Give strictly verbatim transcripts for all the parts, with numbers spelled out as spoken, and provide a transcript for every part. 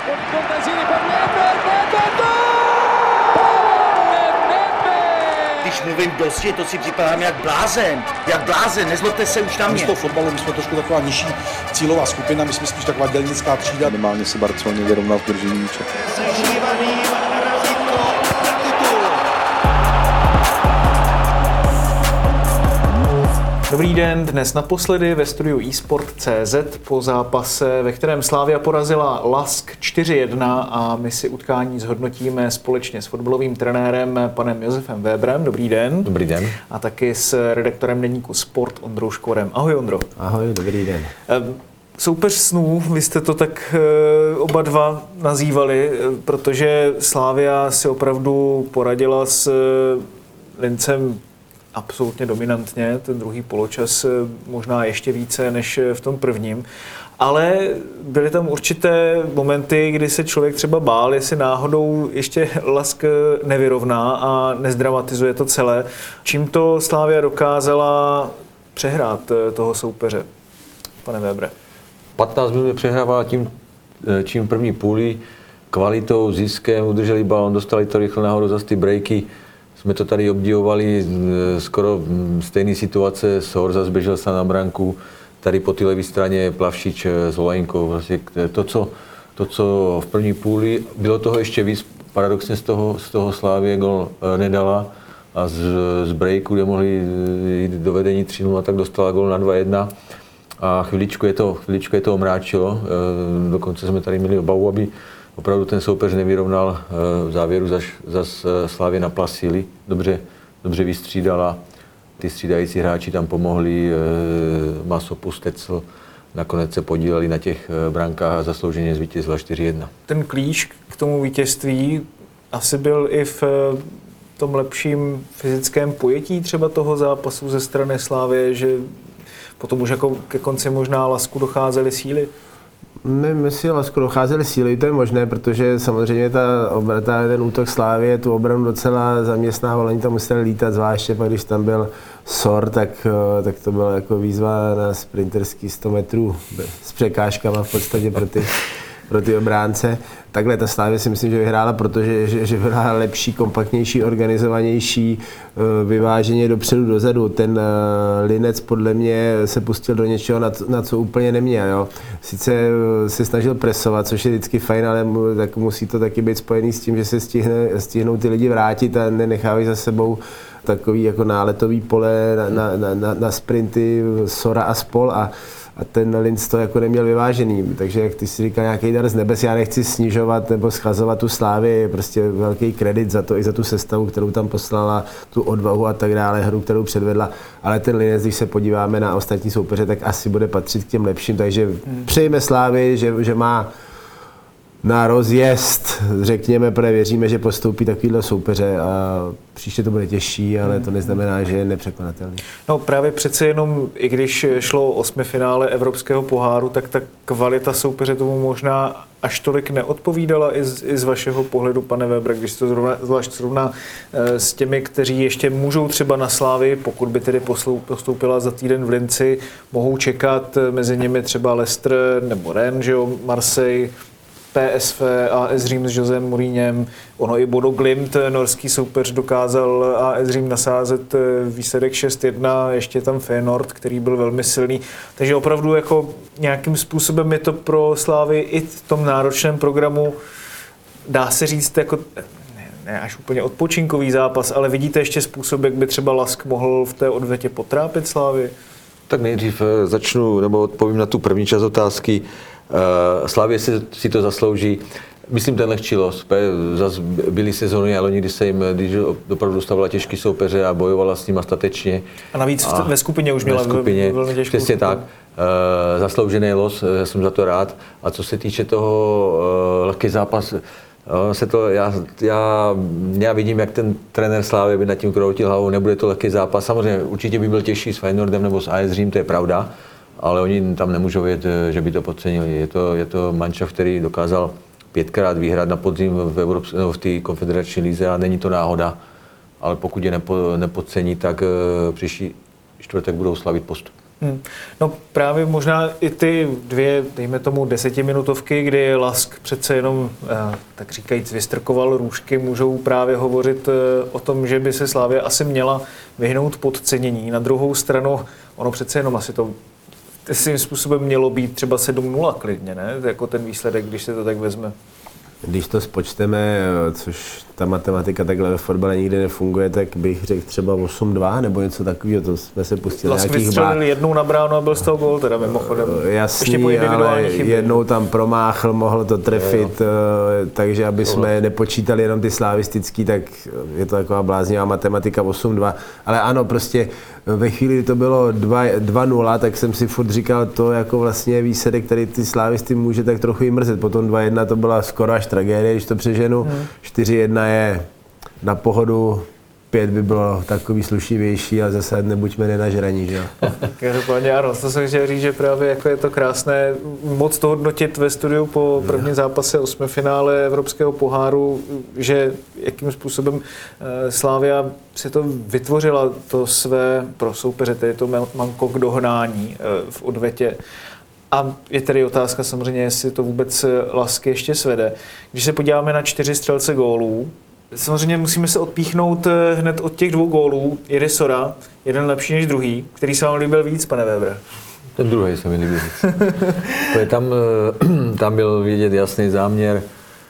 Když mluvím dosti, to si připadám jak blázen. Jak blázen, nezlobte se už na mě. Z toho fotbalu my jsme trošku taková nižší cílová skupina, my jsme spíš taková dělnická třída. Minimálně se Barceloně vyrovnal v držení míče. Dobrý den, dnes naposledy ve studiu eSport tečka cé zet po zápase, ve kterém Slavia porazila Lask čtyři jedna a my si utkání zhodnotíme společně s fotbalovým trenérem panem Josefem Weberem. Dobrý den. Dobrý den. A taky s redaktorem deníku Sport Ondrou Škvorem. Ahoj Ondro. Ahoj, dobrý den. Soupeř snů, vy jste to tak oba dva nazývali, protože Slavia si opravdu poradila s Lincem absolutně dominantně, ten druhý poločas možná ještě více než v tom prvním, ale byly tam určité momenty, kdy se člověk třeba bál, jestli náhodou ještě Lask nevyrovná a nezdramatizuje to celé. Čím to Slavia dokázala přehrát toho soupeře, pane Webre? patnáct minut přehrávala tím, čím první půli, kvalitou, ziskem, udrželi balón, dostali to rychle nahoru, zase ty breaky. Jsme to tady obdivovali, skoro stejné situace, Sor zase běžel se na branku, tady po té levé straně Plavšič s Holajinkou. Vlastně to, co, to, co v první půli, bylo toho ještě víc, paradoxně z toho, z toho Slavie gol nedala a z, z breaku, kde mohli jít do vedení tři nula, tak dostala gol na dva jedna a chviličku je to, chviličku je to omráčilo, dokonce jsme tady měli obavu, aby opravdu ten soupeř nevyrovnal, v závěru zas, zas Slavie napla síly, dobře, dobře vystřídala, ty střídající hráči tam pomohli, Masopust, Tecl, nakonec se podíleli na těch brankách a zaslouženě zvítězila čtyři jedna. Ten klíč k tomu vítězství asi byl i v tom lepším fyzickém pojetí třeba toho zápasu ze strany Slavie, že potom už jako ke konci možná Lasku docházely síly. My, my si Lasku docházeli síly, to je možné, protože samozřejmě ta obrata, ten útok Slavie tu obranu docela zaměstnával, oni tam museli lítat, zvláště pak když tam byl Sor, tak, tak to byla jako výzva na sprinterský sto metrů s překážkama v podstatě pro ty, pro ty obránce. Takhle ta Slavie si myslím, že vyhrála, protože že, že byla lepší, kompaktnější, organizovanější, vyváženě dopředu, dozadu. Ten Linec podle mě se pustil do něčeho, na, na co úplně neměl. Jo. Sice se snažil presovat, což je vždycky fajn, ale tak musí to taky být spojený s tím, že se stihne, stihnou ty lidi vrátit a nenechávají za sebou takový jako náletový pole na, na, na, na sprinty Sora a spol. A A ten Linz to jako neměl vyvážený, takže jak ty si říkal, nějaký dar z nebes, já nechci snižovat nebo schazovat tu Slávy, je prostě velký kredit za to i za tu sestavu, kterou tam poslala, tu odvahu a tak dále, hru, kterou předvedla, ale ten Linz, když se podíváme na ostatní soupeře, tak asi bude patřit k těm lepším, takže hmm. přejme Slávy, že, že má na rozjezd, řekněme, protože věříme, že postoupí takovýhle soupeře a příště to bude těžší, ale to neznamená, že je nepřekonatelný. No právě přece jenom, i když šlo o osmifinále Evropského poháru, tak ta kvalita soupeře tomu možná až tolik neodpovídala i z, i z vašeho pohledu, pane Weber, když to zrovna, zvlášť srovná e, s těmi, kteří ještě můžou třeba na Slávii, pokud by tedy postoupila za týden v Linci, mohou čekat mezi nimi třeba Leicester nebo Rennes, že jo, Marseille, P S V, A S Řím s Josem Mourinhem, ono i Bodo Glimt, norský soupeř, dokázal A S Řím nasázet výsledek šest jedna, ještě tam Feyenoord, který byl velmi silný, takže opravdu jako nějakým způsobem je to pro Slavii i v tom náročném programu, dá se říct jako ne, ne až úplně odpočinkový zápas, ale vidíte ještě způsob, jak by třeba Lask mohl v té odvetě potrápit Slavii? Tak nejdřív začnu, nebo odpovím na tu první část otázky. Slavie si, si to zaslouží. Myslím, ten lehčí los. Zas byly sezóny, ale oni, když se jim když opravdu dostávala těžký soupeře a bojovala s nima statečně. A navíc a ve skupině už měla skupině, velmi těžkou. Přesně tak. Uh, zasloužený los, já jsem za to rád. A co se týče toho uh, lehký zápas, uh, se to, já, já, já vidím, jak ten trenér Slavie by nad tím kroutil hlavou, nebude to lehký zápas. Samozřejmě určitě by byl těžší s Feyenoordem nebo s A S Řím, to je pravda. Ale oni tam nemůžou vědět, že by to podcenili. Je to, je to manšaft, který dokázal pětkrát vyhrát na podzim v, Evropské, no, v té konfederační lize a není to náhoda. Ale pokud je nepo, nepodcení, tak příští čtvrtek budou slavit postup. Hmm. No právě možná i ty dvě, dejme tomu desetiminutovky, kdy Lask přece jenom, tak říkajíc, vystrkoval růžky, můžou právě hovořit o tom, že by se Slavia asi měla vyhnout podcenění. Na druhou stranu, ono přece jenom asi to svým způsobem mělo být třeba sedm nula klidně, ne? Jako ten výsledek, když se to tak vezme. Když to spočteme, což ta matematika takhle ve fotbale nikdy nefunguje, tak bych řekl třeba osm dva nebo něco takového, to jsme se pustili Lask nějakých vystřelil jednou na bránu a byl z toho gól teda mimochodem. Jasný, ale chybě. Jednou tam promáchl, mohl to trefit, jo, jo. Takže aby jsme nepočítali jenom ty slavistický, tak je to taková bláznivá matematika osm dva. Ale ano, prostě ve chvíli, kdy to bylo dva nula, tak jsem si furt říkal, to jako vlastně výsledek, který ty slavisty může tak trochu i mrzet. Potom dva jedna to byla skoro až tragédie, když to přeženu. Hmm. čtyři jedna je na pohodu, pět by bylo takový slušivější, ale zase nebuďme nenažraní, že jo. Každopádně ano, to jsem chtěl říct, že právě jako je to krásné moc to hodnotit ve studiu po prvním zápase osmifinále Evropského poháru, že jakým způsobem Slavia si to vytvořila to své pro soupeře, tedy to manko k dohnání v odvetě. A je tedy otázka samozřejmě, jestli to vůbec Lask ještě svede. Když se podíváme na čtyři střelce gólů, samozřejmě musíme se odpíchnout hned od těch dvou gólů. Jiri Sora, jeden lepší než druhý, který se vám líbil víc, pane Weber? Ten druhý se mi líbil víc. tam, tam byl vidět jasný záměr.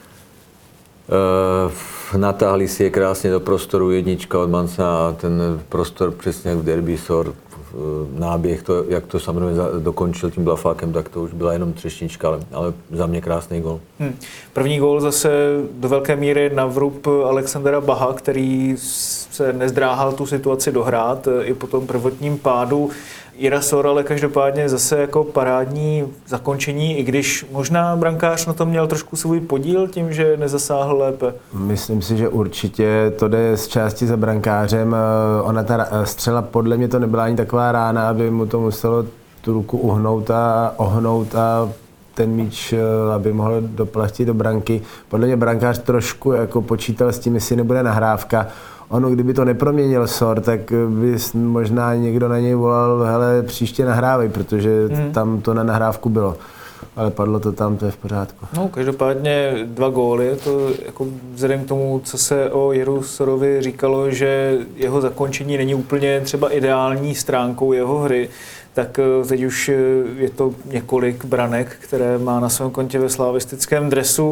Natáhli si je krásně do prostoru, jednička od Mansa a ten prostor přesně jak v derby Sor. Náběh, to, jak to samozřejmě dokončil tím blafákem, tak to už byla jenom třešnička, ale, ale za mě krásný gól. Hmm. První gól zase do velké míry na vrub Alexandera Baha, který se nezdráhal tu situaci dohrát i po tom prvotním pádu. Jira Sor, ale každopádně zase jako parádní zakončení, i když možná brankář na tom měl trošku svůj podíl tím, že nezasáhl lépe. Myslím si, že určitě to jde z části za brankářem. Ona ta střela, podle mě to nebyla ani taková rána, aby mu to muselo tu ruku uhnout a ohnout a ten míč, aby mohl doplastit do branky. Podle mě brankář trošku jako počítal s tím, jestli nebude nahrávka. Ono, kdyby to neproměnil Sor, tak by možná někdo na něj volal, hele, příště nahrávej, protože hmm. tam to na nahrávku bylo. Ale padlo to tam, to je v pořádku. No, každopádně dva góly, to jako vzhledem k tomu, co se o Jiru Sorovi říkalo, že jeho zakončení není úplně třeba ideální stránkou jeho hry, tak teď už je to několik branek, které má na svém kontě ve slavistickém dresu.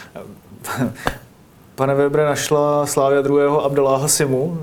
Pane Webre, našla Slavia druhého Abdeláha Simu?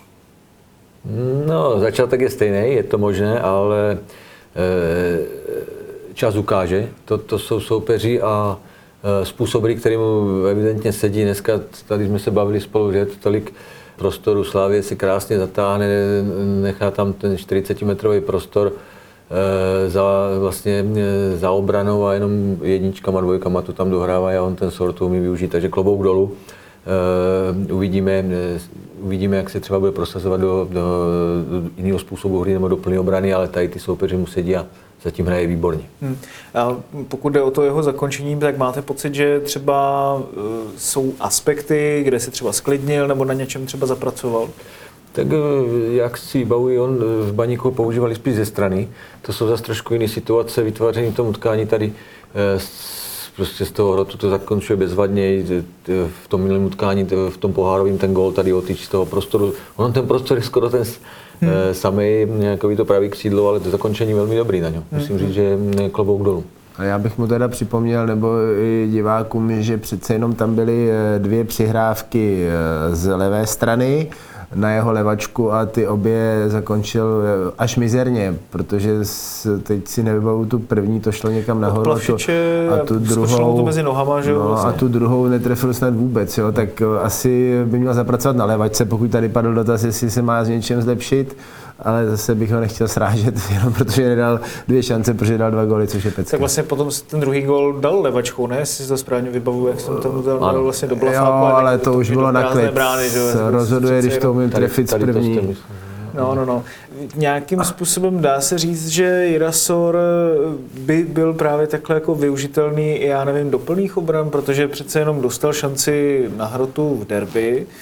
No, začátek je stejný, je to možné, ale e, čas ukáže. To, to jsou soupeři a e, způsob hry, který mu evidentně sedí. Dneska tady jsme se bavili spolu, že je to tolik prostoru. Slavie si krásně zatáhne, nechá tam ten čtyřicetimetrový prostor e, za, vlastně, e, za obranou a jenom jedničkama, dvojkama to tam dohrává a on ten Sor to umí využít, takže klobouk dolů. Uh, uvidíme, uvidíme, jak se třeba bude prosazovat do, do, do jiného způsobu hry nebo do plné obrany, ale tady ty soupeři mu sedí a zatím hraje výborně. Hmm. A pokud jde o to jeho zakončení, tak máte pocit, že třeba uh, jsou aspekty, kde se třeba sklidnil nebo na něčem třeba zapracoval? Tak jak si baví, on v Baníku používali spíš ze strany. To jsou zase trošku jiné situace, vytváření v tom utkání tady uh, prostě z toho hrotu to zakončuje bezvadně. V tom minulém utkání, v tom pohárovém ten gól tady otyč z toho prostoru. On ten prostor je skoro ten hmm. samý, nějaký to pravý křídlo, ale to zakončení velmi dobrý na něm. Musím říct, že je klobouk dolů. A já bych mu teda připomněl, nebo i divákům, že přece jenom tam byly dvě přihrávky z levé strany na jeho levačku a ty obě zakončil až mizerně, protože teď si nevybavu tu první, to šlo někam nahoru a tu, a tu druhou, to mezi nohama, že jo, no, vlastně. A tu druhou netrefil snad vůbec, jo, tak asi by měl zapracovat na levačce, pokud tady padl dotaz, jestli se má s něčím zlepšit, ale zase bych ho nechtěl srážet, jenom protože nedal dvě šance, protože dal dva góly, což je pecka. Tak vlastně potom ten druhý gól dal levačkou, ne? Jestli si to správně vybavuju, jak jsem tam dal vlastně do blafáku. Jo, ale to, to už bylo naklid. Rozhoduje, když to umím trefit z první. No, no, no. Nějakým způsobem dá se říct, že Jira Sor by byl právě takhle jako využitelný, já nevím, do plných obran, protože přece jenom dostal šanci na hrotu v derby.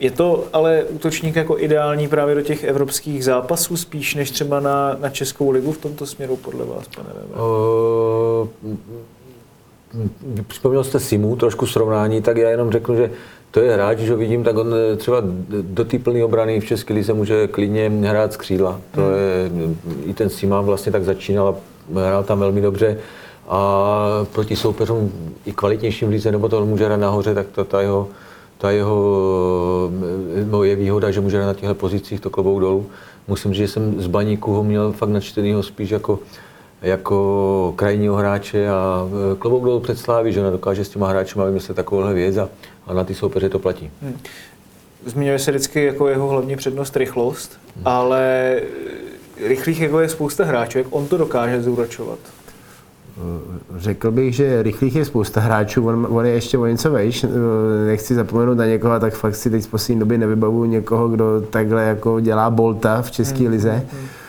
Je to ale útočník jako ideální právě do těch evropských zápasů, spíš než třeba na, na Českou ligu v tomto směru, podle vás, pane Weber? Uh, Vzpomněl jste Simu, trošku srovnání, tak já jenom řeknu, že to je hráč, když ho vidím, tak on třeba do té plné obrany v České lize může klidně hrát z křídla. To je, i ten Sima vlastně tak začínal a hrál tam velmi dobře. A proti soupeřům i kvalitnějším lize, nebo to on může hrát nahoře, tak to, ta jeho, ta jeho je výhoda, že může hrát na těchto pozicích, to klobouk dolů. Musím říct, že jsem z Baníku ho měl fakt načtenýho spíš jako jako krajního hráče a klobouk dolů před Sláví, že ona dokáže s těma hráčima vymyslet takovouhle věc a, a na ty soupeře to platí. Hmm. Zmiňuje se vždycky jako jeho hlavní přednost rychlost, hmm. ale rychlých jako je spousta hráčů, jak on to dokáže zúročovat? Řekl bych, že rychlých je spousta hráčů, on, on je ještě o něco vejš, nechci zapomenout na někoho, tak fakt si teď z poslední doby nevybavuju někoho, kdo takhle jako dělá bolta v české lize. Hmm.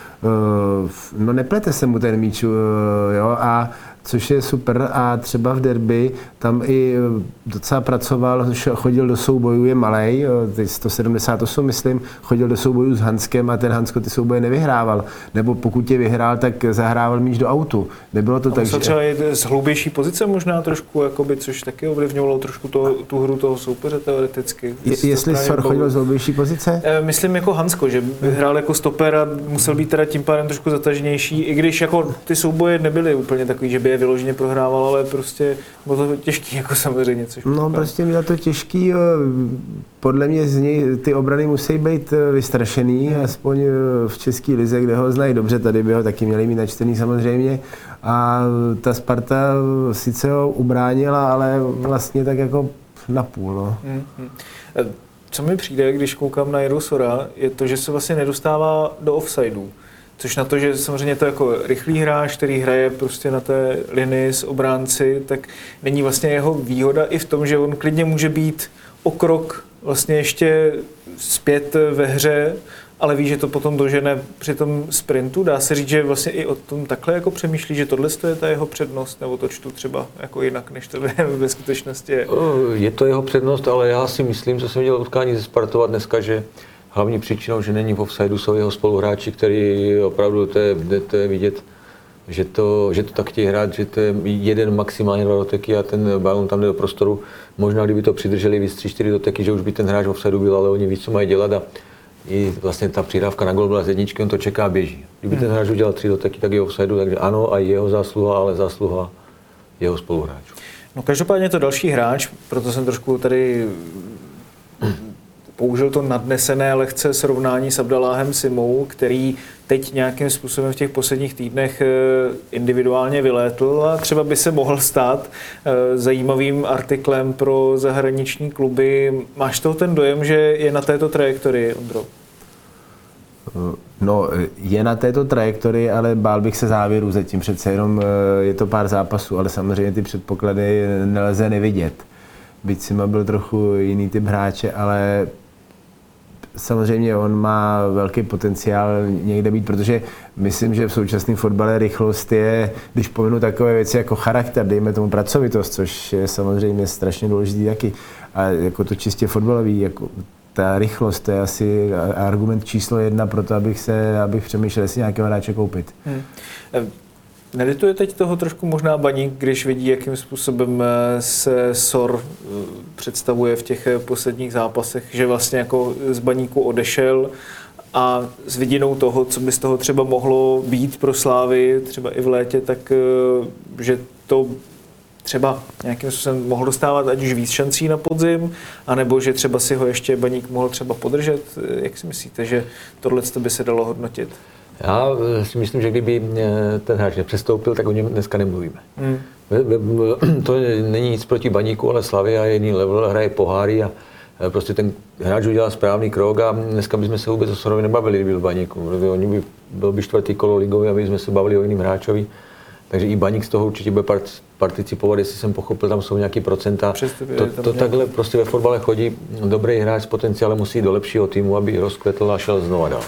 No neplete se mu ten míč, jo, a což je super a třeba v derby tam i docela pracoval, chodil do soubojů, je malej, sto sedmdesát osm myslím, chodil do soubojů s Hanskem a ten Hansko ty souboje nevyhrával, nebo pokud je vyhrál, tak zahrával míč do autu. Nebylo to tak, že... třeba z hloubější pozice možná trošku, jakoby, což taky ovlivňovalo trošku to, tu hru toho soupeře teoreticky. Je, jestli Sor chodil z hloubější pozice? Myslím jako Hansko, že hrál jako stoper a musel být teda tím pádem trošku zataženější, i když jako ty souboje nebyly úplně takový, že by je vyloženě prohrával, ale prostě bylo to těžký, jako samozřejmě. Což no právě. Prostě bylo to těžký, podle mě z něj ty obrany musí být vystrašený, hmm. aspoň v české lize, kde ho znají dobře, tady by ho taky měli mít načtený samozřejmě. A ta Sparta sice ho ubránila, ale vlastně tak jako napůl. No. Hmm. Co mi přijde, když koukám na Jiru Sora, je to, že se vlastně nedostává do offsidů. Což na to, že samozřejmě to jako rychlý hráč, který hraje prostě na té linii s obránci, tak není vlastně jeho výhoda i v tom, že on klidně může být o krok vlastně ještě zpět ve hře, ale ví, že to potom dožene při tom sprintu. Dá se říct, že vlastně i o tom takhle jako přemýšlí, že tohle je ta jeho přednost, nebo to čtu třeba jako jinak, než to ve skutečnosti je. Je to jeho přednost, ale já si myslím, co jsem viděl utkání ze Spartova dneska, že hlavní příčinou, že není v offsideu, jsou jeho spoluhráči, který opravdu to je, to je vidět, že to, že to tak chtějí hrát, že to je jeden maximálně dva doteky a ten balon tam jde do prostoru. Možná, kdyby to přidrželi víc tři čtyři doteky, že už by ten hráč v offsideu byl, ale oni ví, co mají dělat a i vlastně ta přihrávka na gól byla z jedničky, on to čeká a běží. Kdyby ten hráč udělal tři doteky, tak je v offsideu, takže ano, a jeho zásluha, ale zásluha jeho spoluhráčů. No každopádně je to další hráč, proto jsem trošku tady použil to nadnesené lehce srovnání s Abdaláhem Simou, který teď nějakým způsobem v těch posledních týdnech individuálně vylétl a třeba by se mohl stát zajímavým artiklem pro zahraniční kluby. Máš toho ten dojem, že je na této trajektorii, Ondro? No, je na této trajektorii, ale bál bych se závěru zatím. Přece jenom je to pár zápasů, ale samozřejmě ty předpoklady nelze nevidět. Byť Sima byl trochu jiný typ hráče, ale samozřejmě on má velký potenciál někde být, protože myslím, že v současném fotbale rychlost je, když pominu takové věci jako charakter, dejme tomu pracovitost, což je samozřejmě strašně důležitý taky. A jako to čistě fotbalový, jako ta rychlost, to je asi argument číslo jedna pro to, abych, se, abych přemýšlel, jestli nějakého hráče koupit. Hmm. Nelituje teď toho trošku možná Baník, když vidí, jakým způsobem se Sor představuje v těch posledních zápasech, že vlastně jako z Baníku odešel a s vidinou toho, co by z toho třeba mohlo být pro Slávy, třeba i v létě, tak že to třeba nějakým způsobem mohl dostávat ať už víc šancí na podzim, anebo že třeba si ho ještě Baník mohl třeba podržet. Jak si myslíte, že tohle by se dalo hodnotit? Já si myslím, že kdyby ten hráč nepřestoupil, tak o něm dneska nemluvíme. Hmm. To není nic proti Baníku, ale Slavia je jiný level, hraje poháry a prostě ten hráč udělal správný krok a dneska bychom se vůbec o Sorovi nebavili, kdyby byl Baníku. Oni by, byl by čtvrtý kolo ligový a my jsme se bavili o jiným hráčovi. Takže i Baník z toho určitě bude participovat, jestli jsem pochopil, tam jsou nějaký procenta. To, to takhle prostě ve fotbale chodí. Dobrý hráč s potenciálem musí do lepšího týmu, aby rozkvetl a šel znova dál.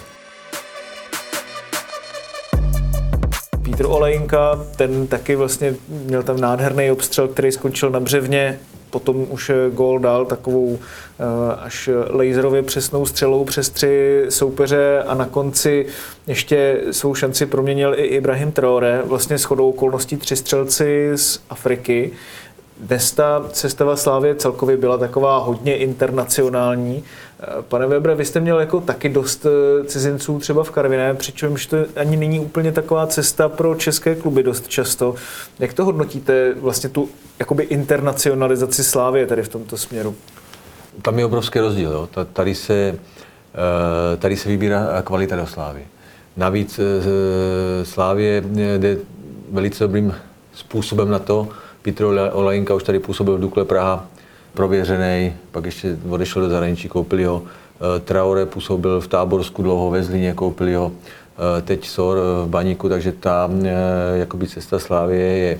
Petr Olejnka, ten taky vlastně měl tam nádherný obstřel, který skončil na břevně. potom už gól dal takovou až laserově přesnou střelou přes tři soupeře a na konci ještě svou šanci proměnil i Ibrahim Traoré, vlastně shodou okolností tři střelci z Afriky. Dnes ta sestava Slavie celkově byla taková hodně internacionální. Pane Webre, vy jste měl jako taky dost cizinců třeba v Karviné, přičemž to ani není úplně taková cesta pro české kluby dost často. Jak to hodnotíte vlastně tu jakoby internacionalizaci Slavie tady v tomto směru? Tam je obrovský rozdíl. Jo. Tady, se, tady se vybírá kvalita do Slavie. Navíc Slavie jde velice dobrým způsobem na to. Petr Olajinka už tady působil v Dukle Praha, prověřený, pak ještě odešel do zahraničí, koupili ho. Traoré působil v Táborsku dlouho, ve Zlíně, koupili ho. Teď Sor v Baníku, takže ta jakoby cesta Slavie je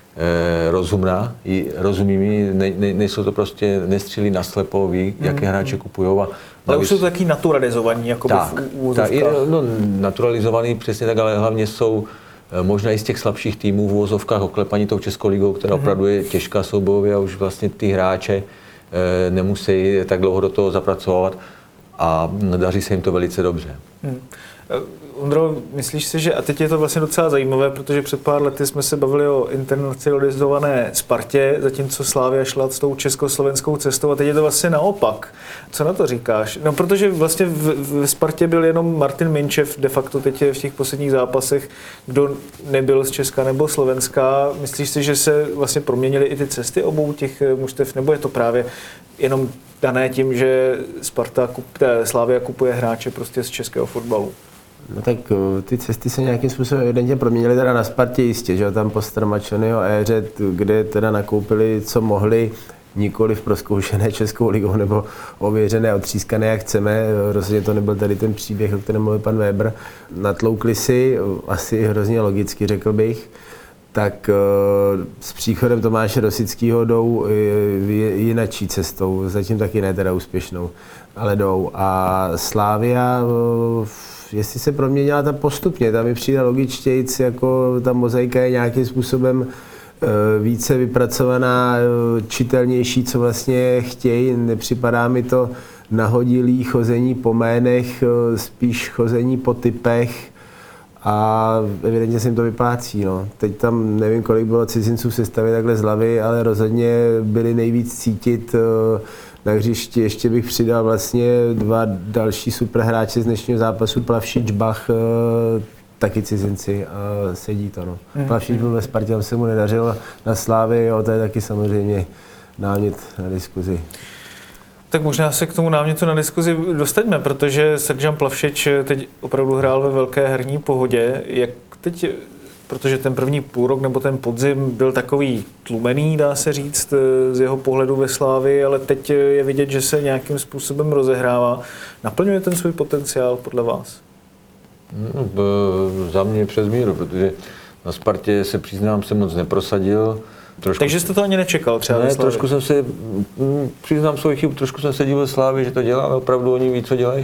rozumná, rozumí mi, ne, ne, nejsou to prostě, nestřílí naslepo, ví, jaké hráče kupujou. A ale už jsou taky naturalizovaní, jakoby tak, v úvozovkách. No, naturalizovaný přesně tak, ale hlavně jsou možná i z těch slabších týmů v úvozovkách oklepaní tou Českou ligou, která mm-hmm. opravdu je těžká soubojově a už vlastně ty hráče e, nemusí tak dlouho do toho zapracovat a daří se jim to velice dobře. Mm. Ondro, myslíš si, že, a teď je to vlastně docela zajímavé, protože před pár lety jsme se bavili o internacionalizované Spartě, zatímco Slavia šla s tou československou cestou a teď je to vlastně naopak. Co na to říkáš? No, protože vlastně v, v Spartě byl jenom Martin Minčev, de facto teď je v těch posledních zápasech, kdo nebyl z Česka nebo Slovenska. Myslíš si, že se vlastně proměnily i ty cesty obou těch mužstev, nebo je to právě jenom dané tím, že Sparta, Slavia kupuje hráče prostě z českého fotbalu? No tak ty cesty se nějakým způsobem evidentně proměnily teda na Spartě jistě, že tam po Stramačonyho éře, kde teda nakoupili, co mohli, nikoliv prozkoušené Českou ligou nebo ověřené, otřískané, jak chceme. Rozhodně to nebyl tady ten příběh, o kterém mluvil pan Weber. Natloukli si, asi hrozně logicky řekl bych, tak s příchodem Tomáše Rosického jdou jinačí cestou, zatím taky ne teda úspěšnou, ale jdou. A Slavia, jestli se proměnila ta postupně, tam mi přijde logičtějc, jako ta mozaika je nějakým způsobem více vypracovaná, čitelnější, co vlastně chtějí. Nepřipadá mi to nahodilý chození po jménech, spíš chození po typech a evidentně se jim to vyplácí. No. Teď tam nevím, kolik bylo cizinců v sestavě takhle z hlavy, ale rozhodně byli nejvíc cítit na hřišti. Ještě bych přidal vlastně dva další superhráče z dnešního zápasu, Plavšič, Bach, taky cizinci a sedí to. No. Mm. Plavšič byl ve Spartě, tam se mu nedařilo, na Slávii, jo, to je taky samozřejmě námět na diskuzi. Tak možná se k tomu námětu na diskuzi dostaňme, protože Srdjan Plavšič teď opravdu hrál ve velké herní pohodě. Jak teď, protože ten první půlrok nebo ten podzim byl takový tlumený, dá se říct, z jeho pohledu ve Slávii, ale teď je vidět, že se nějakým způsobem rozehrává. Naplňuje ten svůj potenciál podle vás? No, za mě přes míru, protože na Spartě se přiznám, se moc neprosadil. Trošku... Takže jste to ani nečekal třeba? Ne, trošku jsem se, přiznám svou chybu, trošku jsem se divil Slávy, že to dělá, ale opravdu oni ví, co dělají.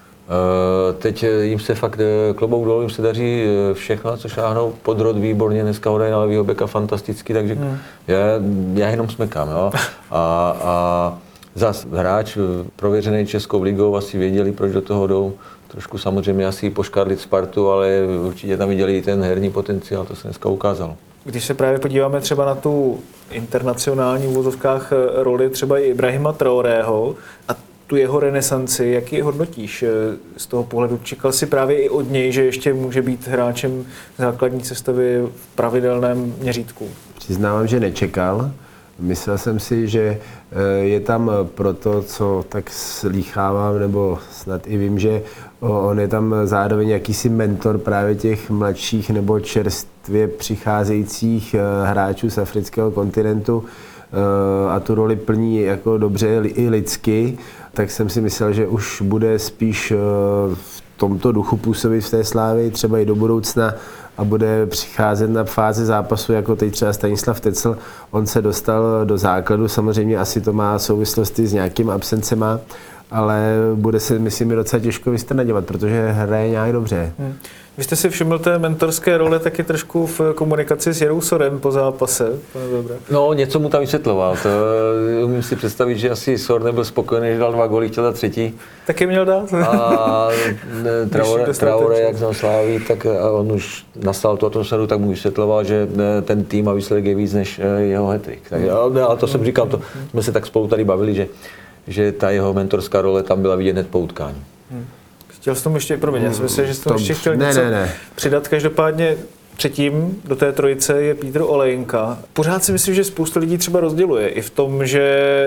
Teď jim se fakt klobouk dolů, jim se daří všechno, co šáhnou, Podrod výborně, dneska ho dají na levýho beka fantasticky, takže hmm. já, já jenom smekám. Jo? A, a zas hráč prověřený Českou ligou, asi věděli, proč do toho jdou. Trošku samozřejmě asi poškádlit Spartu, ale určitě tam viděli i ten herní potenciál, to se dneska ukázalo. Když se právě podíváme třeba na tu internacionální v uvozovkách roli třeba i Ibrahima Traorého a tu jeho renesanci, jak ji hodnotíš z toho pohledu? Čekal jsi právě i od něj, že ještě může být hráčem základní sestavy v pravidelném měřítku? Přiznávám, že nečekal. Myslel jsem si, že je tam proto, co tak slýchávám, nebo snad i vím, že on je tam zároveň jakýsi mentor právě těch mladších nebo čerstvě přicházejících hráčů z afrického kontinentu a tu roli plní jako dobře i lidsky, tak jsem si myslel, že už bude spíš v tomto duchu působit v té Slávii třeba i do budoucna a bude přicházet na fázi zápasu, jako teď třeba Stanislav Tecl, on se dostal do základu, samozřejmě asi to má souvislosti s nějakými absencema, ale bude se, myslím, docela těžko vystrnaděvat, protože hraje nějak dobře. Hmm. Vy jste si všiml té mentorské role taky trošku v komunikaci s Jirou Sorem po zápase, pane Webre? No, něco mu tam vysvětloval. To umím si představit, že asi Sor nebyl spokojený, že dal dva góly, chtěl dát třetí. Taky měl dát? A Traore, Traore jak znal Sláví, tak on už nastal tu atmosféru, tak mu vysvětloval, že ten tým a výsledek je víc než jeho hat-trick. Tak, ale to jsem říkal, to jsme se tak spolu tady bavili, že, že ta jeho mentorská role tam byla vidět hned po utkání. Hmm. Chtěl jsem ještě, promiň, já jsem myslel, že jsi to ještě chtěl ne, něco ne, ne. přidat. Každopádně třetím do té trojice je Petr Olejnka. Pořád si myslím, že spousta lidí třeba rozděluje i v tom, že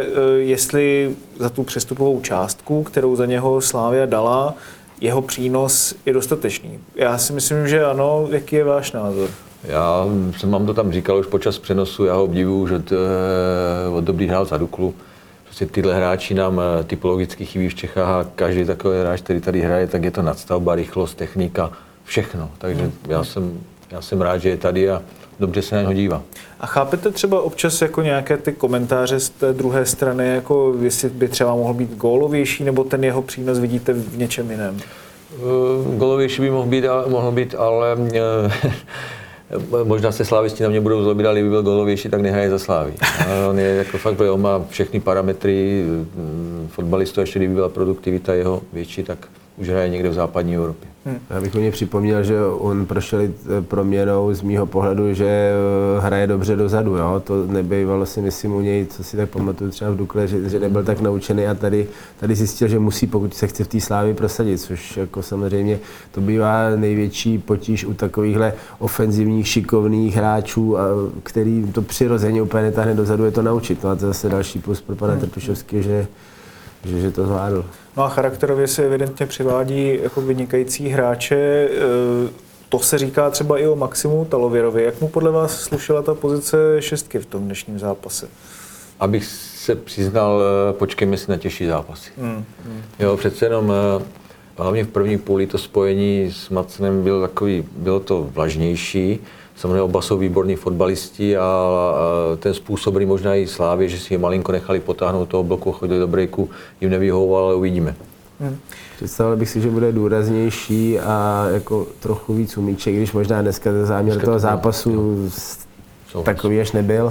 jestli za tu přestupovou částku, kterou za něho Slavia dala, jeho přínos je dostatečný. Já si myslím, že ano. Jaký je váš názor? Já jsem vám to tam říkal už počas přenosu, já ho obdivuju, že to, od dobrý hrál za Duklu. Prostě tyhle hráči nám typologicky chybí v Čechách a každý takový hráč, který tady hraje, tak je to nadstavba, rychlost, technika, všechno. Takže hmm. já, jsem, já jsem rád, že je tady a dobře se na něho dívá. A chápete třeba občas jako nějaké ty komentáře z té druhé strany, jako jestli by třeba mohl být gólovější, nebo ten jeho přínos vidíte v něčem jiném? Uh, gólovější by mohl být, mohl být, ale uh, možná se slávisti na mě budou zlobit, ale kdyby byl gólovější, tak nehraje za Slávy. On je jako fakt, on má všechny parametry fotbalistu, ještě kdyby byla produktivita jeho větší, tak už hraje někde v západní Evropě. Hmm. Já bych mě připomněl, že on prošel proměnou z mýho pohledu, že hraje dobře dozadu. Jo? To nebývalo si myslím u něj, co si tak pamatuju třeba v Dukle, že, že nebyl tak naučený a tady, tady zjistil, že musí, pokud se chce v té Slávii prosadit, což jako samozřejmě to bývá největší potíž u takovýchhle ofenzivních, šikovných hráčů, a který to přirozeně úplně netáhne dozadu, je to naučit. No a to je zase další plus pro pana Trtušovského, že Že, že to zvládl. No a charakterově se evidentně přivádí jako vynikající hráče. To se říká třeba i o Maximu Talověrovi. Jak mu podle vás slušela ta pozice šestky v tom dnešním zápase? Abych se přiznal, počkejme si na těžší zápasy. Hmm. Hmm. Jo, přece jenom, hlavně v první půli to spojení s Macnem bylo takový, bylo to vlažnější. Samozřejmě oba jsou výborní fotbalisti a ten způsob, možná i Slávě, že si je malinko nechali potáhnout toho bloku, chodili do breaku, jim nevyhovoval, ale uvidíme. Hmm. Představil bych si, že bude důraznější a jako trochu víc umíček, když možná dneska záměr dneska toho zápasu jo. takový až nebyl.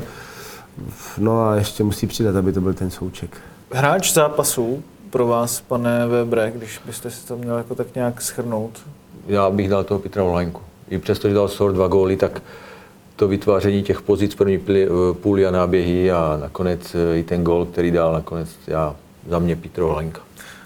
No a ještě musí přidat, aby to byl ten souček. Hráč zápasu pro vás, pane Webre, když byste si to měl jako tak nějak shrnout? Já bych dal toho Petra Olejnku. I přesto, že dal Sor dva góly, tak to vytváření těch pozic první půli a náběhy a nakonec i ten gól, který dal nakonec, já, za mě Petr Olejnka.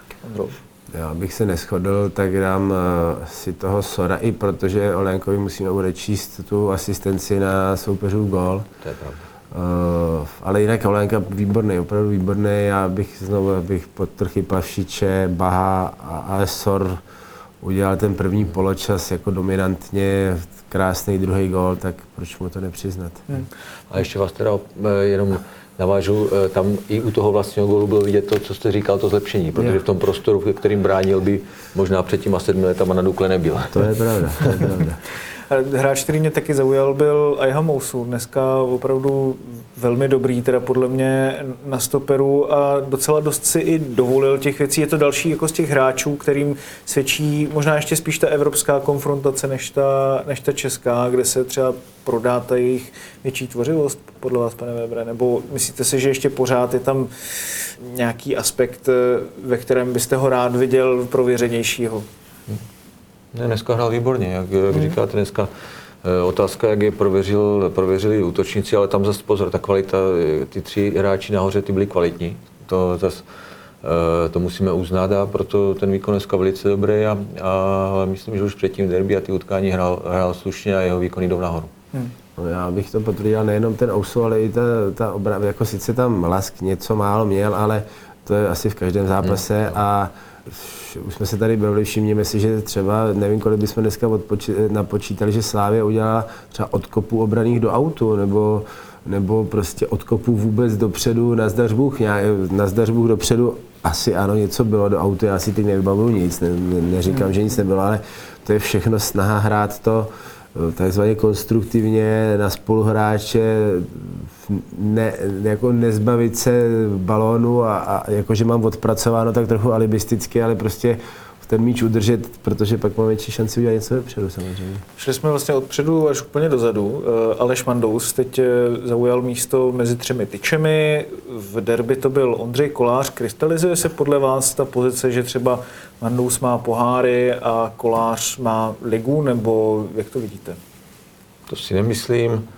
Já bych se neshodl, tak dám si toho Sora, i protože Olejnkovi musíme odečíst tu asistenci na soupeřův gól. To je pravda. Uh, ale jinak Olejnka výborný, opravdu výborný. Já bych znovu bych podtrchy Pavšiče, Baha a, a Sor udělal ten první poločas jako dominantně, krásný druhý gól, tak proč mu to nepřiznat? Hmm. A ještě vás teda jenom navážu, tam i u toho vlastního gólu bylo vidět to, co jste říkal, to zlepšení, protože v tom prostoru, v kterým bránil, by možná před těma sedmi letama na Dukle nebyl. To je pravda, to je pravda. Hráč, který mě taky zaujal, byl Ajha Mousu. Dneska opravdu velmi dobrý, teda podle mě na stoperu a docela dost si i dovolil těch věcí. Je to další jako z těch hráčů, kterým svědčí možná ještě spíš ta evropská konfrontace než ta, než ta česká, kde se třeba prodá ta jejich větší tvořivost, podle vás, pane Webre? Nebo myslíte si, že ještě pořád je tam nějaký aspekt, ve kterém byste ho rád viděl prověřenějšího? Ne, dneska hrál výborně, jak, jak hmm. říkáte dneska. Otázka, jak je prověřil, prověřili útočníci, ale tam zase pozor, ta kvalita, ty tři hráči nahoře, ty byli kvalitní. To zase to musíme uznat a proto ten výkon dneska velice dobrý a, a myslím, že už předtím derby a ty utkání hrál, hrál slušně a jeho výkony jdou nahoru. Hmm. No, já bych to potvrdil nejenom ten Ousu, ale i ta, ta obrana, jako sice tam Lask něco málo měl, ale to je asi v každém zápase hmm. a už jsme se tady bavili, všimněme si, že třeba, nevím, kolik bychom dneska odpoči- napočítali, že Slavia udělala třeba odkopů obraných do autu, nebo, nebo prostě odkopů vůbec dopředu na zdařbůh, na zdařbůh dopředu, asi ano, něco bylo do autu, já si teď nevybavuju nic, ne, ne, neříkám, že nic nebylo, ale to je všechno snaha hrát to takzvaně konstruktivně na spoluhráče, ne, jako nezbavit se balónu a, a jakože mám odpracováno tak trochu alibisticky, ale prostě ten míč udržet, protože pak máme větší šanci udělat něco vepředu samozřejmě. Šli jsme vlastně odpředu až úplně dozadu. Aleš Mandous teď zaujal místo mezi třemi tyčemi. V derby to byl Ondřej Kolář. Krystalizuje se podle vás ta pozice, že třeba Mandous má poháry a Kolář má ligu, nebo jak to vidíte? To si nemyslím. Uh,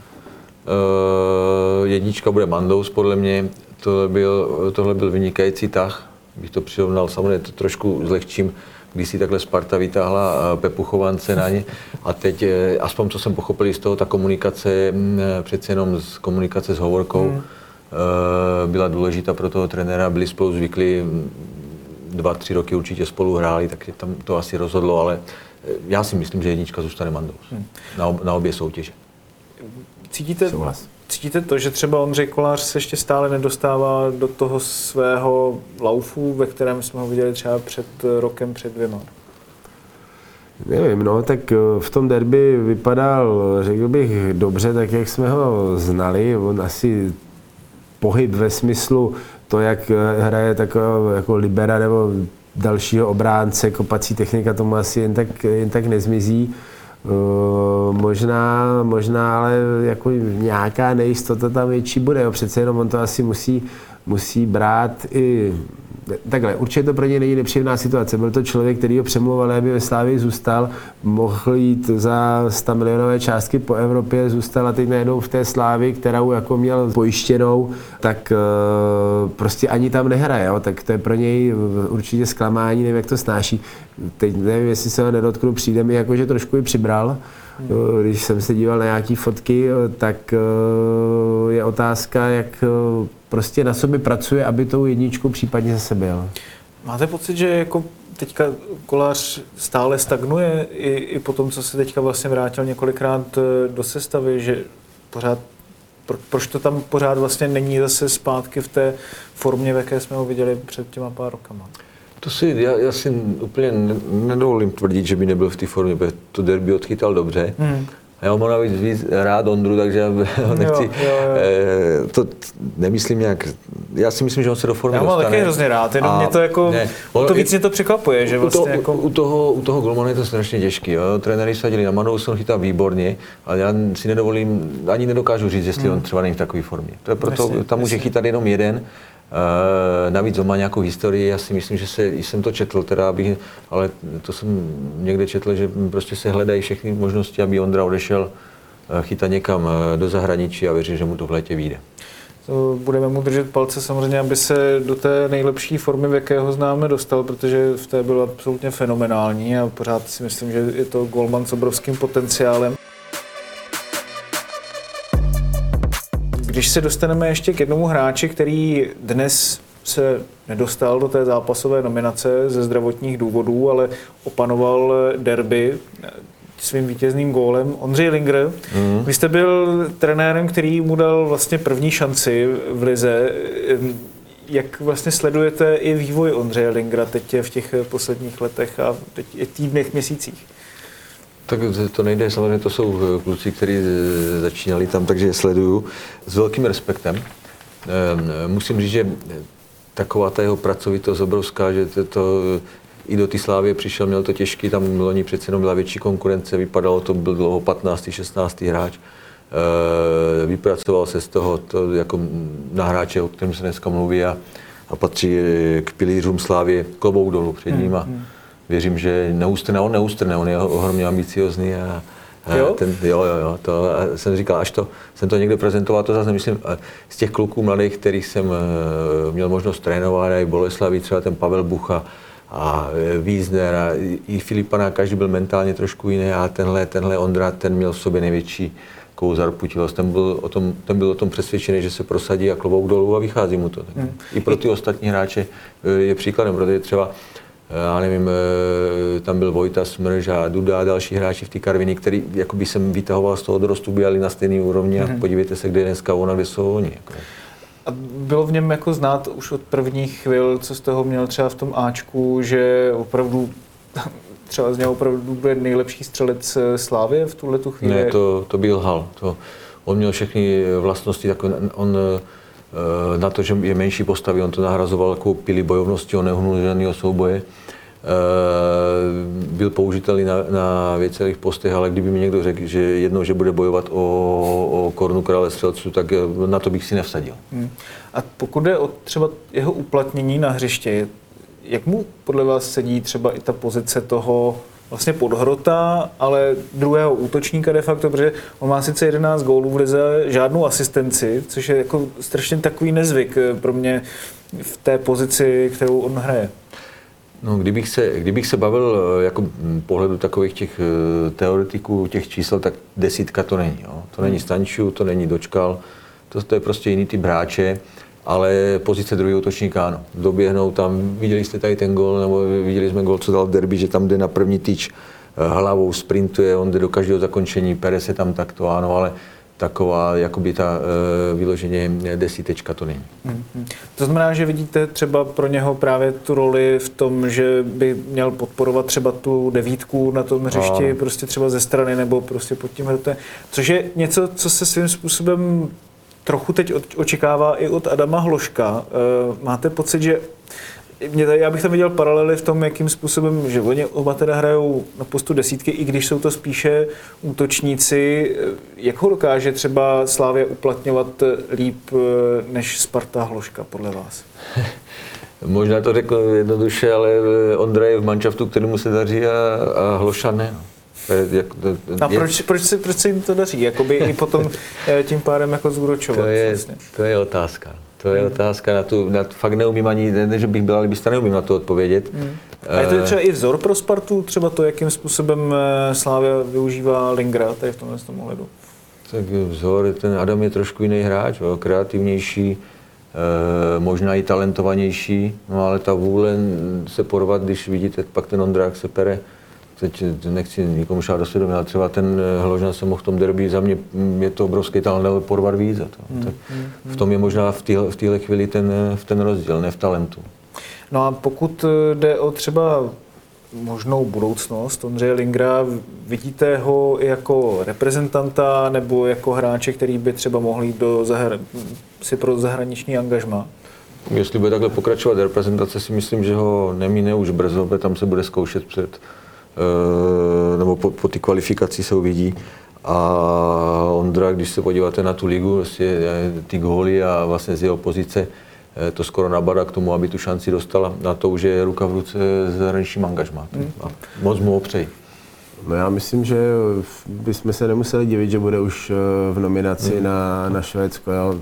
jednička bude Mandous, podle mě. Tohle byl, tohle byl vynikající tah. Bych to přirovnal, samozřejmě to trošku zlehčím, když si takhle Sparta vytáhla Pepu Chovance na ně. A teď, aspoň co jsem pochopil z toho, ta komunikace, přece jenom z komunikace s Hovorkou, hmm. byla důležitá pro toho trenéra, byli spolu zvyklí, dva, tři roky určitě spolu hráli, takže tam to asi rozhodlo, ale já si myslím, že jednička zůstane Mandous hmm. na, na obě soutěže. Cítíte, cítíte to, že třeba Ondřej Kolář se ještě stále nedostává do toho svého laufu, ve kterém jsme ho viděli třeba před rokem, před dvěma? Nevím, no, tak v tom derby vypadal, řekl bych, dobře, tak jak jsme ho znali. On asi pohyb ve smyslu to, jak hraje takového jako libera nebo dalšího obránce, kopací technika, tomu asi jen tak, jen tak nezmizí. Uh, možná, možná, ale jako nějaká nejistota tam větší bude. Jo. Přece jenom on to asi musí, musí brát i... Takhle, určitě to pro něj není nepříjemná situace. Byl to člověk, který ho přemlouval, aby ve Slávii zůstal, mohl jít za sto milionové částky po Evropě, zůstal a teď najednou v té Slávii, kterou jako měl pojištěnou, tak uh, prostě ani tam nehraje. Jo. Tak to je pro něj určitě zklamání, nevím, jak to snáší. Teď nevím, jestli se ho nedotknu, přijde mi jako, že trošku i přibral. Hmm. Když jsem se díval na nějaké fotky, tak uh, je otázka, jak uh, prostě na sobě pracuje, aby tou jedničkou případně zase byl. Máte pocit, že jako teďka Kolář stále stagnuje i, i po tom, co se teďka vlastně vrátil několikrát do sestavy, že pořád, pro, proč to tam pořád vlastně není zase zpátky v té formě, v jaké jsme ho viděli před těma pár rokama? To si, já, já si úplně nedovolím tvrdit, že by nebyl v té formě, protože to derby odchytal dobře. Hmm. Já mám navíc víc rád Ondru, takže já ho nechci, jo, jo, jo. Eh, to nemyslím nějak, já si myslím, že on se do formy dostane. Já mám taky hrozně rád, jenom mě to jako, ne, on, to víc mě to překvapuje, že u vlastně to, jako... U toho, u toho golmana je to strašně těžký, jo, trenéry sadili na Mandous, on chytá výborně, ale já si nedovolím, ani nedokážu říct, jestli hmm. on třeba není v takové formě. To je proto, myslím, tam může chytat jenom jeden. Uh, navíc on má nějakou historii, já si myslím, že se, jsem to četl, teda, aby, ale to jsem někde četl, že prostě se hledají všechny možnosti, aby Ondra odešel uh, chytat někam uh, do zahraničí a věřím, že mu to v létě vyjde. To budeme mu držet palce samozřejmě, aby se do té nejlepší formy, v jaké ho známe, dostal, protože v té byl absolutně fenomenální a pořád si myslím, že je to golman s obrovským potenciálem. Když se dostaneme ještě k jednomu hráči, který dnes se nedostal do té zápasové nominace ze zdravotních důvodů, ale opanoval derby svým vítězným gólem, Ondřej Linger. Mm. Vy jste byl trenérem, který mu dal vlastně první šanci v lize. Jak vlastně sledujete i vývoj Ondřeje Lingera teď v těch posledních letech a teď i týdnech, měsících? Tak to nejde, samozřejmě to jsou kluci, kteří začínali tam, takže je sleduju s velkým respektem. Musím říct, že taková ta jeho pracovitost obrovská, že to, to i do té Slávie přišel, měl to těžký, tam loni přece jenom byla větší konkurence, vypadalo to, byl dlouho patnáctý šestnáctý hráč. Vypracoval se z toho to jako na hráče, o kterém se dneska mluví a, a patří k pilířům Slávie, klobouk dolů před ním a věřím, že neustrne, on neustrne, on je ohromně ambiciozní a, a jo? Ten, jo, jo, jo, to jsem říkal, až to, jsem to někde prezentoval, to zase myslím, z těch kluků mladých, kterých jsem měl možnost trénovat, i Boleslaví, třeba ten Pavel Bucha a Wiesner a i Filipana, každý byl mentálně trošku jiný a tenhle, tenhle Ondra, ten měl v sobě největší takovou zarputilost, ten byl, o tom, ten byl o tom přesvědčený, že se prosadí a klobouk dolů a vychází mu to. Hmm. I pro ty ostatní hráče je příkladem, protože třeba já nevím, tam byl Vojta Smrž a Duda a další hráči v té Karviní, který jakoby jsem vytahoval z toho dorostu, byli na stejné úrovni a mm-hmm. podívejte se, kde je dneska on a kde jsou oni. Jako. A bylo v něm jako znát už od prvních chvil, co z toho měl třeba v tom Ačku, že opravdu třeba z něho opravdu bude nejlepší střelec Slávie v tuhletu chvíli? Ne, to, to byl lhal. To, on měl všechny vlastnosti, tak on, on na to, že je menší postavy, on to nahrazoval jako pily bojovnosti, on nehnul žádného souboje. Byl použitelný na, na věcelých postech, ale kdyby mi někdo řekl, že jednou, že bude bojovat o, o korunu krále střelců, tak na to bych si nevsadil. Hmm. A pokud jde o třeba jeho uplatnění na hřiště, jak mu podle vás sedí třeba i ta pozice toho vlastně podhrota, ale druhého útočníka de facto, protože on má sice jedenáct gólů v lize, žádnou asistenci, což je jako strašně takový nezvyk pro mě v té pozici, kterou on hraje. No, kdybych se, kdybych se bavil jako pohledu takových těch teoretiků, těch čísel, tak desítka to není. Jo. To není Stančů, to není Dočkal, to, to je prostě jiný typ hráče, ale pozice druhého útočníka, ano. Doběhnou tam, viděli jste tady ten gól, nebo viděli jsme gól, co dal v derby, že tam jde na první tyč hlavou, sprintuje, on jde do každého zakončení, pere se tam takto, ano, ale taková, jakoby ta e, vyloženě desítečka to není. Hmm. To znamená, že vidíte třeba pro něho právě tu roli v tom, že by měl podporovat třeba tu devítku na tom hřišti, a... prostě třeba ze strany nebo prostě pod tím hrotem, což je něco, co se svým způsobem trochu teď očekává i od Adama Hložka. E, máte pocit, že mě tady, já bych tam viděl paralely v tom, jakým způsobem, že oni oba teda hrajou na postu desítky, i když jsou to spíše útočníci. Jak ho dokáže třeba Slavia uplatňovat líp než Sparta Hložka, podle vás? Možná to řekl jednoduše, ale Ondra je v manšaftu, kterému se daří a, a Hloša ne. Jak, a proč, proč, se, proč se jim to daří? Jakoby i potom tím pádem jako zúročovat? To je, vlastně. to je otázka. To je otázka, na tu, na, fakt neumím ani, ne, že bych byl, ale byste neumím na to odpovědět. Hmm. A je to třeba i vzor pro Spartu, třeba to, jakým způsobem Slavia využívá Lingra tady v tomhle tom ohledu? Tak vzor, ten Adam je trošku jiný hráč, jo, kreativnější, e, možná i talentovanější, no ale ta vůle se porvat, když vidíte, pak ten Ondrák se pere, teď nechci nikomu šát do svědomí, ale třeba ten Hložna se mohl v tom derby, za mě je to obrovský talent, ale porvat víc. To. Hmm, tak v tom je možná v téhle v téhle chvíli ten, ten rozdíl, ne v talentu. No a pokud jde o třeba možnou budoucnost Ondřeje Lingra, vidíte ho jako reprezentanta nebo jako hráče, který by třeba mohl jít do zahra- si pro zahraniční angažmá? Jestli bude takhle pokračovat reprezentace, si myslím, že ho nemíne už brzo, protože tam se bude zkoušet před nebo po, po ty kvalifikaci se uvidí. A Ondra, když se podíváte na tu ligu, vlastně ty góly a vlastně z jeho pozice to skoro nabádá k tomu, aby tu šanci dostala. Na to už je ruka v ruce s zahraničním angažmátem. A moc mu opřeji. No já myslím, že bychom se nemuseli divit, že bude už v nominaci hmm. na, na Švédsko. Jo.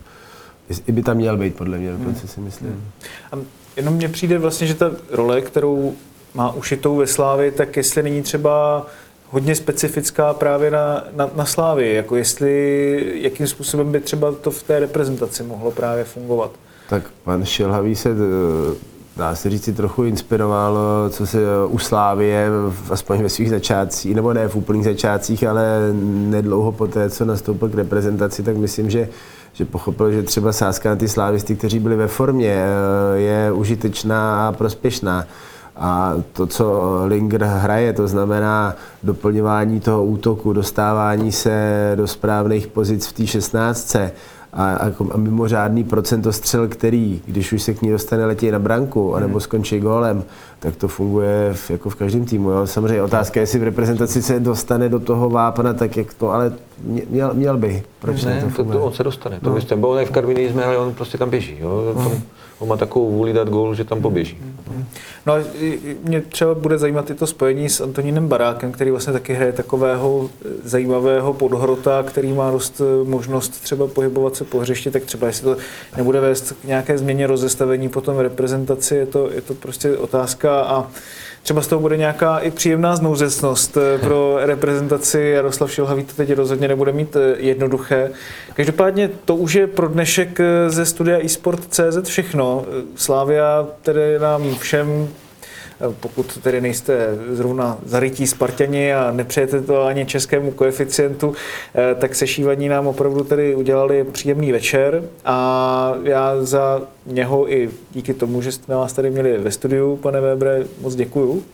I by tam měl být, podle mě, hmm. si myslím. A jenom mně přijde vlastně, že ta role, kterou má ušitou ve Slávii, tak jestli není třeba hodně specifická právě na, na, na Slávii, jako jestli, jakým způsobem by třeba to v té reprezentaci mohlo právě fungovat. Tak pan Šilhavý se, dá se říct, trochu inspiroval, co se u Slávie, aspoň ve svých začátcích, nebo ne v úplných začátcích, ale nedlouho poté, co nastoupil k reprezentaci, tak myslím, že že pochopil, že třeba sázka na ty slávisty, kteří byli ve formě, je užitečná a prospěšná. A to, co Linger hraje, to znamená doplňování toho útoku, dostávání se do správných pozic v té šestnáctce a, a, a mimořádný procento střel, který, když už se k ní dostane, letí na branku anebo skončí gólem, tak to funguje v, jako v každém týmu. Jo. Samozřejmě otázka je, jestli v reprezentaci se dostane do toho vápna, tak jak to, ale měl, měl by. Proč ne, to, to on se dostane. To no. byste, bo on v Karviní jsme, ale on prostě tam běží. Jo. No. On má takovou vůli dát gól, že tam poběží. No a mě třeba bude zajímat i to spojení s Antonínem Barákem, který vlastně taky hraje takového zajímavého podhrota, který má dost možnost třeba pohybovat se po hřišti, tak třeba jestli to nebude vést k nějaké změně rozestavení potom v reprezentaci, je to, je to prostě otázka a třeba z toho bude nějaká i příjemná znouzecnost pro reprezentaci. Jaroslav Šilhavý to teď rozhodně nebude mít jednoduché. Každopádně to už je pro dnešek ze studia eSport tečka cé zet všechno. Slavia tedy nám všem, pokud tedy nejste zrovna zarytí Sparťani a nepřejete to ani českému koeficientu, tak sešívaní nám opravdu tedy udělali příjemný večer a já za něho i díky tomu, že jsme vás tady měli ve studiu, pane Webre, moc děkuju.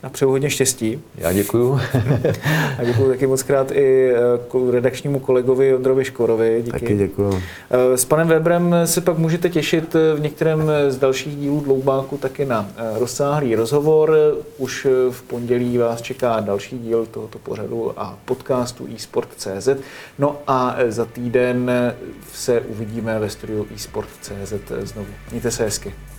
A přeju hodně štěstí. Já děkuju. A děkuju taky moc krát i redakčnímu kolegovi Ondrovi Škorovi. Díky. Taky děkuju. S panem Weberem se pak můžete těšit v některém z dalších dílů Dloubáku taky na rozsáhlý rozhovor. Už v pondělí vás čeká další díl tohoto pořadu a podcastu eSport tečka cé zet. No a za týden se uvidíme ve studiu eSport tečka cé zet znovu. Mějte se hezky.